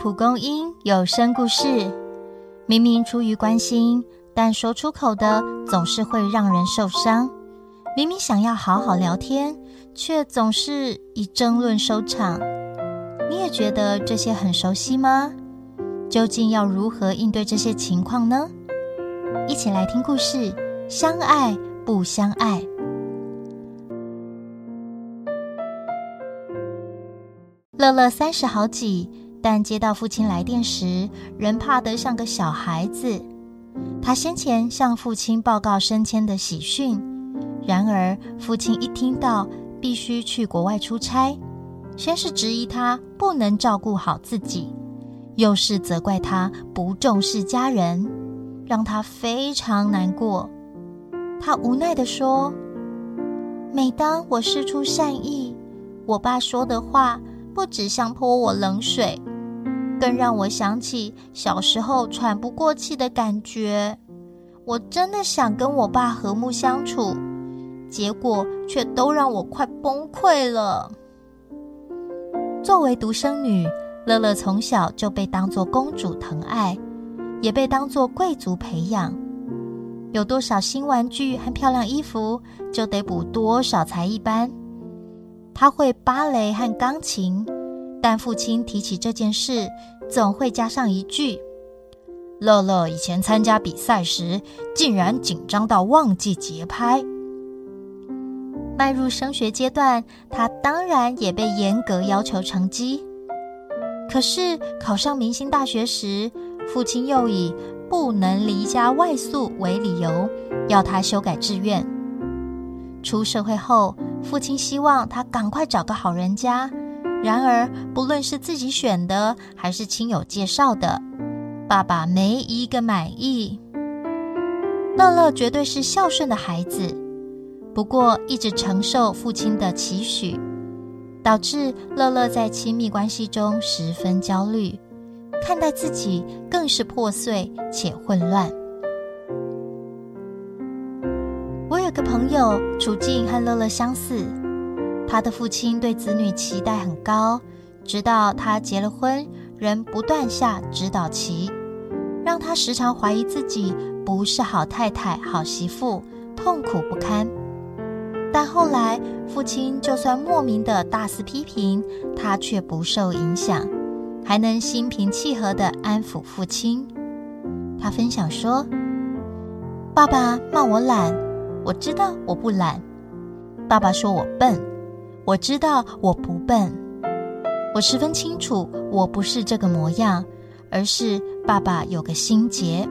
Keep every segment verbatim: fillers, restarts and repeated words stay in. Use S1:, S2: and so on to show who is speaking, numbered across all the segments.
S1: 蒲公英有声故事。明明出于关心，但说出口的总是会让人受伤。明明想要好好聊天，却总是以争论收场。你也觉得这些很熟悉吗？究竟要如何应对这些情况呢？一起来听故事，相爱不相爱。乐乐三十好几，但接到父亲来电时，仍怕得像个小孩子。他先前向父亲报告升迁的喜讯，然而父亲一听到必须去国外出差，先是质疑他不能照顾好自己，又是责怪他不重视家人，让他非常难过。他无奈地说，每当我释出善意，我爸说的话不只像泼我冷水，更让我想起小时候喘不过气的感觉。我真的想跟我爸和睦相处，结果却都让我快崩溃了。作为独生女，乐乐从小就被当作公主疼爱，也被当作贵族培养。有多少新玩具和漂亮衣服，就得补多少才艺班。她会芭蕾和钢琴，但父亲提起这件事，总会加上一句，乐乐以前参加比赛时，竟然紧张到忘记节拍。迈入升学阶段，他当然也被严格要求成绩。可是考上明星大学时，父亲又以不能离家外宿为理由，要他修改志愿。出社会后，父亲希望他赶快找个好人家，然而不论是自己选的还是亲友介绍的，爸爸没一个满意。乐乐绝对是孝顺的孩子，不过一直承受父亲的期许，导致乐乐在亲密关系中十分焦虑，看待自己更是破碎且混乱。我有个朋友处境和乐乐相似，他的父亲对子女期待很高，直到他结了婚，仍不断下指导棋，让他时常怀疑自己不是好太太、好媳妇，痛苦不堪。但后来父亲就算莫名的大肆批评，他却不受影响，还能心平气和地安抚父亲。他分享说，爸爸骂我懒，我知道我不懒；爸爸说我笨，我知道我不笨。我十分清楚我不是这个模样，而是爸爸有个心结。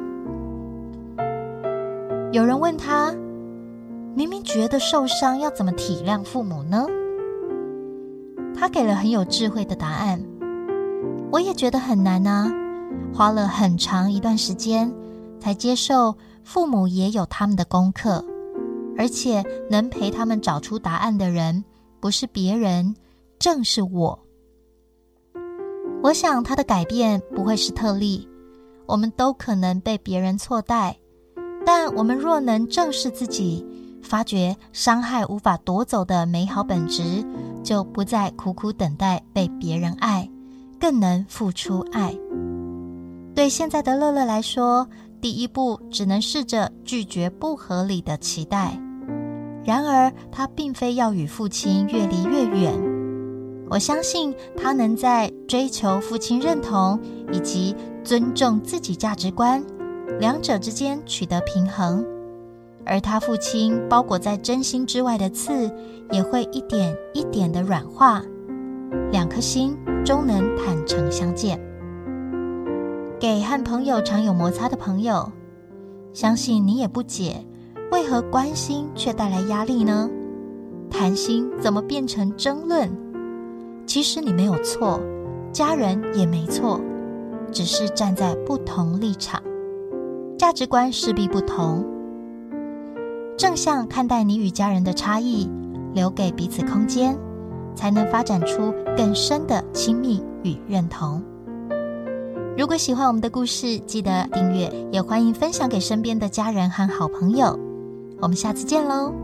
S1: 有人问他，明明觉得受伤，要怎么体谅父母呢？他给了很有智慧的答案，我也觉得很难啊，花了很长一段时间才接受父母也有他们的功课，而且能陪他们找出答案的人不是别人，正是我。我想他的改变不会是特例，我们都可能被别人错待，但我们若能正视自己，发觉伤害无法夺走的美好本质，就不再苦苦等待被别人爱，更能付出爱。对现在的乐乐来说，第一步只能试着拒绝不合理的期待。然而他并非要与父亲越离越远，我相信他能在追求父亲认同以及尊重自己价值观两者之间取得平衡，而他父亲包裹在真心之外的刺也会一点一点的软化，两颗心终能坦诚相见。给和朋友常有摩擦的朋友，相信你也不解，为何关心却带来压力呢？谈心怎么变成争论？其实你没有错，家人也没错，只是站在不同立场，价值观势必不同。正向看待你与家人的差异，留给彼此空间，才能发展出更深的亲密与认同。如果喜欢我们的故事，记得订阅，也欢迎分享给身边的家人和好朋友。我们下次见喽。